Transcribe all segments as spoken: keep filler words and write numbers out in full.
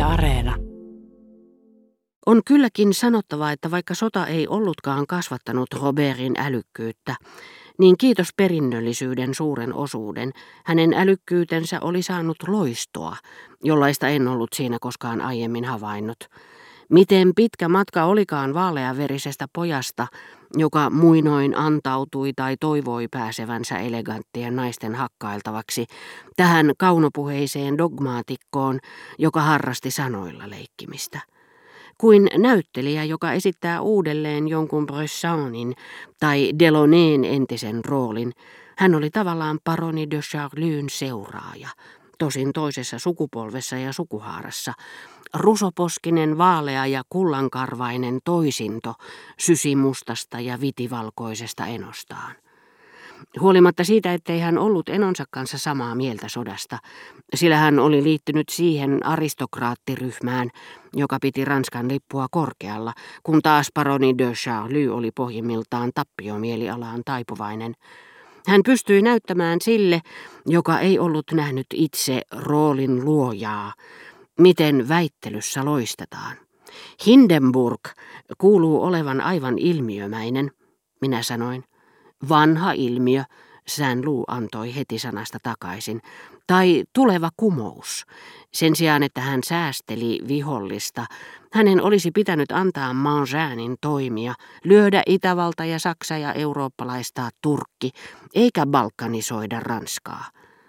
Areena. On kylläkin sanottava, että vaikka sota ei ollutkaan kasvattanut Robertin älykkyyttä, niin kiitos perinnöllisyyden suuren osuuden, hänen älykkyytensä oli saanut loistoa, jollaista en ollut siinä koskaan aiemmin havainnut. Miten pitkä matka olikaan vaaleaverisestä pojasta, joka muinoin antautui tai toivoi pääsevänsä eleganttien naisten hakkailtavaksi, tähän kaunopuheiseen dogmaatikkoon, joka harrasti sanoilla leikkimistä. Kuin näyttelijä, joka esittää uudelleen jonkun Bressonin tai Delauneen entisen roolin, hän oli tavallaan paroni de Charlyn seuraaja, tosin toisessa sukupolvessa ja sukuhaarassa, rusoposkinen, vaalea ja kullankarvainen toisinto sysimustasta ja vitivalkoisesta enostaan. Huolimatta siitä, ettei hän ollut enonsa kanssa samaa mieltä sodasta, sillä hän oli liittynyt siihen aristokraattiryhmään, joka piti Ranskan lippua korkealla, kun taas paroni de Charly oli pohjimmiltaan tappiomielialaan taipuvainen. Hän pystyi näyttämään sille, joka ei ollut nähnyt itse roolin luojaa, miten väittelyssä loistetaan. Hindenburg kuuluu olevan aivan ilmiömäinen, minä sanoin. Vanha ilmiö, Saint-Loup antoi heti sanasta takaisin, tai tuleva kumous. Sen sijaan, että hän säästeli vihollista, hänen olisi pitänyt antaa Mangenin toimia, lyödä Itävalta ja Saksa ja eurooppalaistaa Turkki, eikä balkanisoida Ranskaa.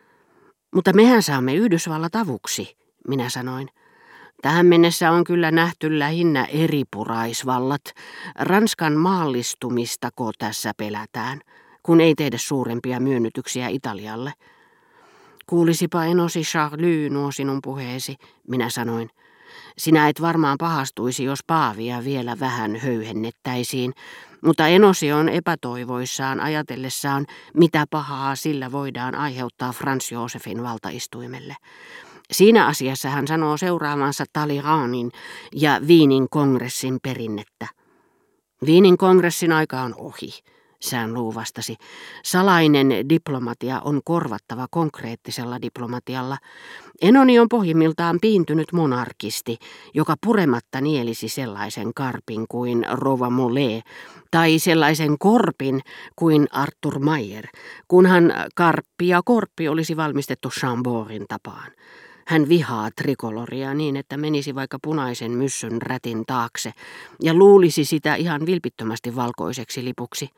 Mutta mehän saamme Yhdysvallat avuksi, minä sanoin. Tähän mennessä on kyllä nähty lähinnä eripuraisvallat. Ranskan maallistumistako tässä pelätään, kun ei tehdä suurempia myönnytyksiä Italialle. Kuulisipa enosi Charly nuo sinun puheesi, minä sanoin. Sinä et varmaan pahastuisi, jos Paavia vielä vähän höyhennettäisiin, mutta enosi on epätoivoissaan ajatellessaan, mitä pahaa sillä voidaan aiheuttaa Frans Josefin valtaistuimelle. Siinä asiassa hän sanoo seuraavansa Talleyrandin ja Wienin kongressin perinnettä. Wienin kongressin aika on ohi, Saint-Loup vastasi. Salainen diplomatia on korvattava konkreettisella diplomatialla. Enoni on pohjimmiltaan piintynyt monarkisti, joka purematta nielisi sellaisen karpin kuin Rova Mollet tai sellaisen korpin kuin Arthur Mayer, kunhan karppi ja korppi olisi valmistettu Chambortin tapaan. Hän vihaa trikoloria niin, että menisi vaikka punaisen myssyn rätin taakse ja luulisi sitä ihan vilpittömästi valkoiseksi lipuksi.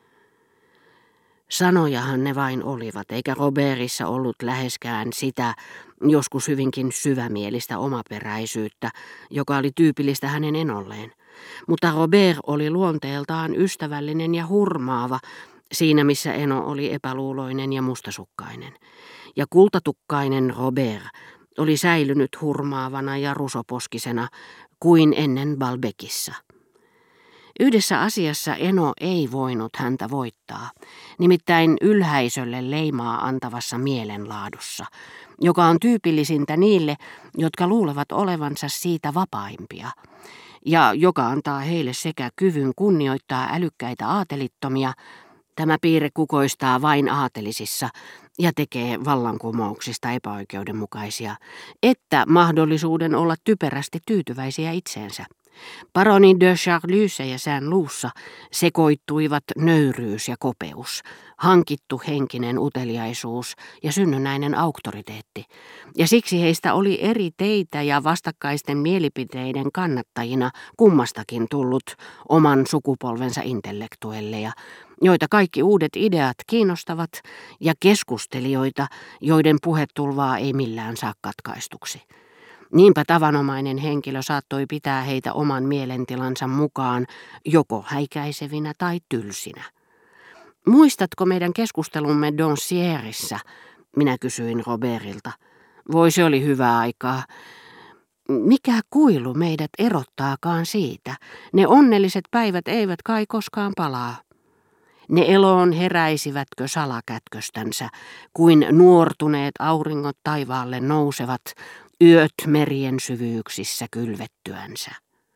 Sanojahan ne vain olivat, eikä Robertissa ollut läheskään sitä joskus hyvinkin syvämielistä omaperäisyyttä, joka oli tyypillistä hänen enolleen. Mutta Robert oli luonteeltaan ystävällinen ja hurmaava, siinä missä eno oli epäluuloinen ja mustasukkainen. Ja kultatukkainen Robert oli säilynyt hurmaavana ja rusoposkisena kuin ennen Balbekissa. Yhdessä asiassa eno ei voinut häntä voittaa, nimittäin ylhäisölle leimaa antavassa mielenlaadussa, joka on tyypillisintä niille, jotka luulevat olevansa siitä vapaimpia, ja joka antaa heille sekä kyvyn kunnioittaa älykkäitä aatelittomia, tämä piirre kukoistaa vain aatelisissa ja tekee vallankumouksista epäoikeudenmukaisia, että mahdollisuuden olla typerästi tyytyväisiä itseensä. Paroni de Charlyssä ja Saint-Loup'ssa sekoittuivat nöyryys ja kopeus, hankittu henkinen uteliaisuus ja synnynnäinen auktoriteetti, ja siksi heistä oli eri teitä ja vastakkaisten mielipiteiden kannattajina kummastakin tullut oman sukupolvensa intellektuelleja, joita kaikki uudet ideat kiinnostavat, ja keskustelijoita, joiden puhetulvaa ei millään saa katkaistuksi. Niinpä tavanomainen henkilö saattoi pitää heitä oman mielentilansa mukaan joko häikäisevinä tai tylsinä. Muistatko meidän keskustelumme Doncierressä? Minä kysyin Robertilta. Voi, se oli hyvää aikaa. Mikä kuilu meidät erottaakaan siitä? Ne onnelliset päivät eivät kai koskaan palaa. Ne eloon heräisivätkö salakätköstänsä, kuin nuortuneet auringot taivaalle nousevat, yöt merien syvyyksissä kylvettyänsä.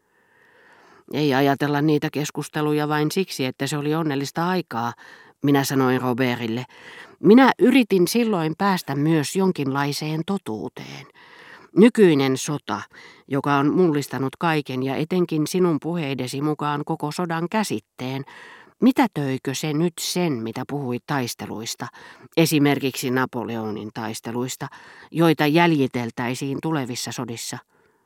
Ei ajatella niitä keskusteluja vain siksi, että se oli onnellista aikaa, minä sanoin Robertille. Minä yritin silloin päästä myös jonkinlaiseen totuuteen. Nykyinen sota, joka on mullistanut kaiken ja etenkin sinun puheidesi mukaan koko sodan käsitteen, mitätöikö se nyt sen, mitä puhuit taisteluista, esimerkiksi Napoleonin taisteluista, joita jäljiteltäisiin tulevissa sodissa?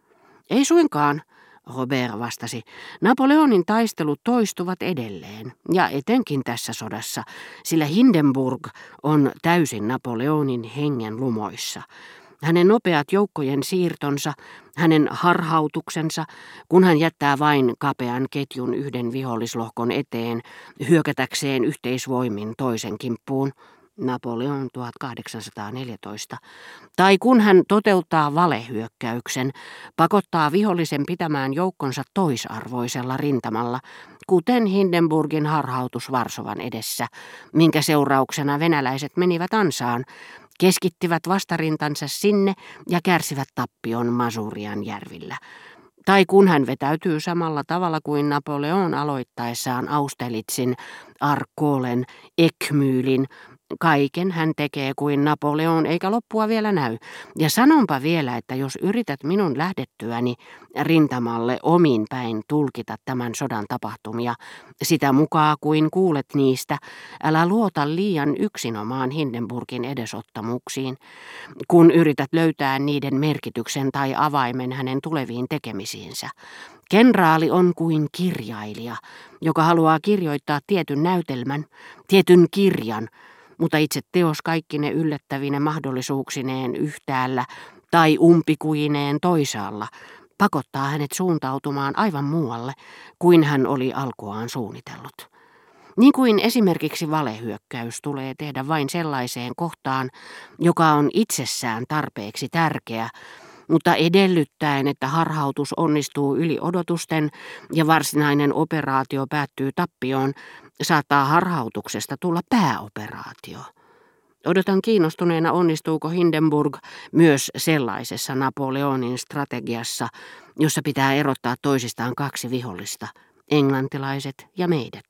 Ei suinkaan, Robert vastasi. Napoleonin taistelut toistuvat edelleen, ja etenkin tässä sodassa, sillä Hindenburg on täysin Napoleonin hengen lumoissa. Hänen nopeat joukkojen siirtonsa, hänen harhautuksensa, kun hän jättää vain kapean ketjun yhden vihollislohkon eteen, hyökätäkseen yhteisvoimin toisen kimppuun, Napoleon tuhatkahdeksansataaneljätoista, tai kun hän toteuttaa valehyökkäyksen, pakottaa vihollisen pitämään joukkonsa toisarvoisella rintamalla, kuten Hindenburgin harhautus Varsovan edessä, minkä seurauksena venäläiset menivät ansaan, keskittivät vastarintansa sinne ja kärsivät tappion Masurian järvillä. Tai kun hän vetäytyy samalla tavalla kuin Napoleon aloittaessaan Austerlitzin, Arcolen, Eckmühlin, kaiken hän tekee kuin Napoleon eikä loppua vielä näy. Ja sanonpa vielä, että jos yrität minun lähdettyäni rintamalle omin päin tulkita tämän sodan tapahtumia, sitä mukaan kuin kuulet niistä, älä luota liian yksinomaan Hindenburgin edesottamuksiin, kun yrität löytää niiden merkityksen tai avaimen hänen tuleviin tekemisiinsä. Kenraali on kuin kirjailija, joka haluaa kirjoittaa tietyn näytelmän, tietyn kirjan, mutta itse teos kaikkine yllättävine mahdollisuuksineen yhtäällä tai umpikuineen toisaalla pakottaa hänet suuntautumaan aivan muualle kuin hän oli alkuaan suunnitellut. Niin kuin esimerkiksi valehyökkäys tulee tehdä vain sellaiseen kohtaan, joka on itsessään tarpeeksi tärkeä, mutta edellyttäen, että harhautus onnistuu yli odotusten ja varsinainen operaatio päättyy tappioon, saattaa harhautuksesta tulla pääoperaatio. Odotan kiinnostuneena, onnistuuko Hindenburg myös sellaisessa Napoleonin strategiassa, jossa pitää erottaa toisistaan kaksi vihollista, englantilaiset ja meidät.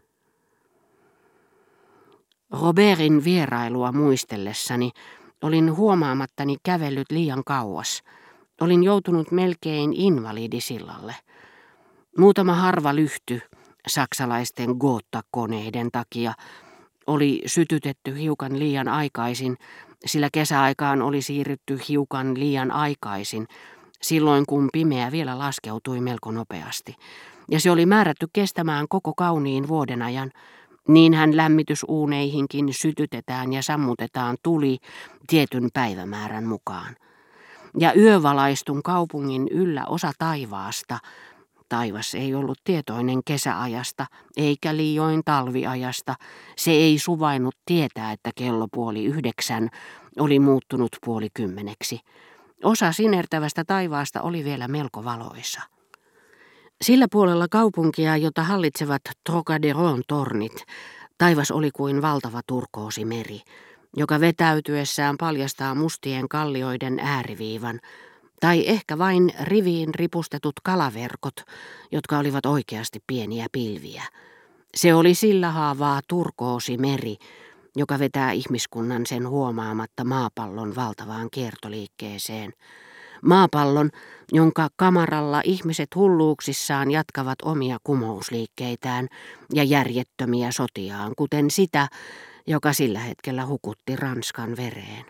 Robertin vierailua muistellessani olin huomaamattani kävellyt liian kauas. Olin joutunut melkein invalidisillalle. Muutama harva lyhty saksalaisten Gotha-koneiden takia oli sytytetty hiukan liian aikaisin, sillä kesäaikaan oli siirrytty hiukan liian aikaisin, silloin kun pimeä vielä laskeutui melko nopeasti. Ja se oli määrätty kestämään koko kauniin vuoden ajan. Niinhän lämmitysuuneihinkin sytytetään ja sammutetaan tuli tietyn päivämäärän mukaan. Ja yövalaistun kaupungin yllä osa taivaasta, taivas ei ollut tietoinen kesäajasta eikä liioin talviajasta, se ei suvainnut tietää, että kello puoli yhdeksän oli muuttunut puoli kymmeneksi. Osa sinertävästä taivaasta oli vielä melko valoisa. Sillä puolella kaupunkia, jota hallitsevat Trocaderon tornit, taivas oli kuin valtava turkoosimeri, joka vetäytyessään paljastaa mustien kallioiden ääriviivan, tai ehkä vain riviin ripustetut kalaverkot, jotka olivat oikeasti pieniä pilviä. Se oli sillä haavaa turkoosimeri, joka vetää ihmiskunnan sen huomaamatta maapallon valtavaan kiertoliikkeeseen. Maapallon, jonka kamaralla ihmiset hulluuksissaan jatkavat omia kumousliikkeitään ja järjettömiä sotiaan, kuten sitä, joka sillä hetkellä hukutti Ranskan vereen.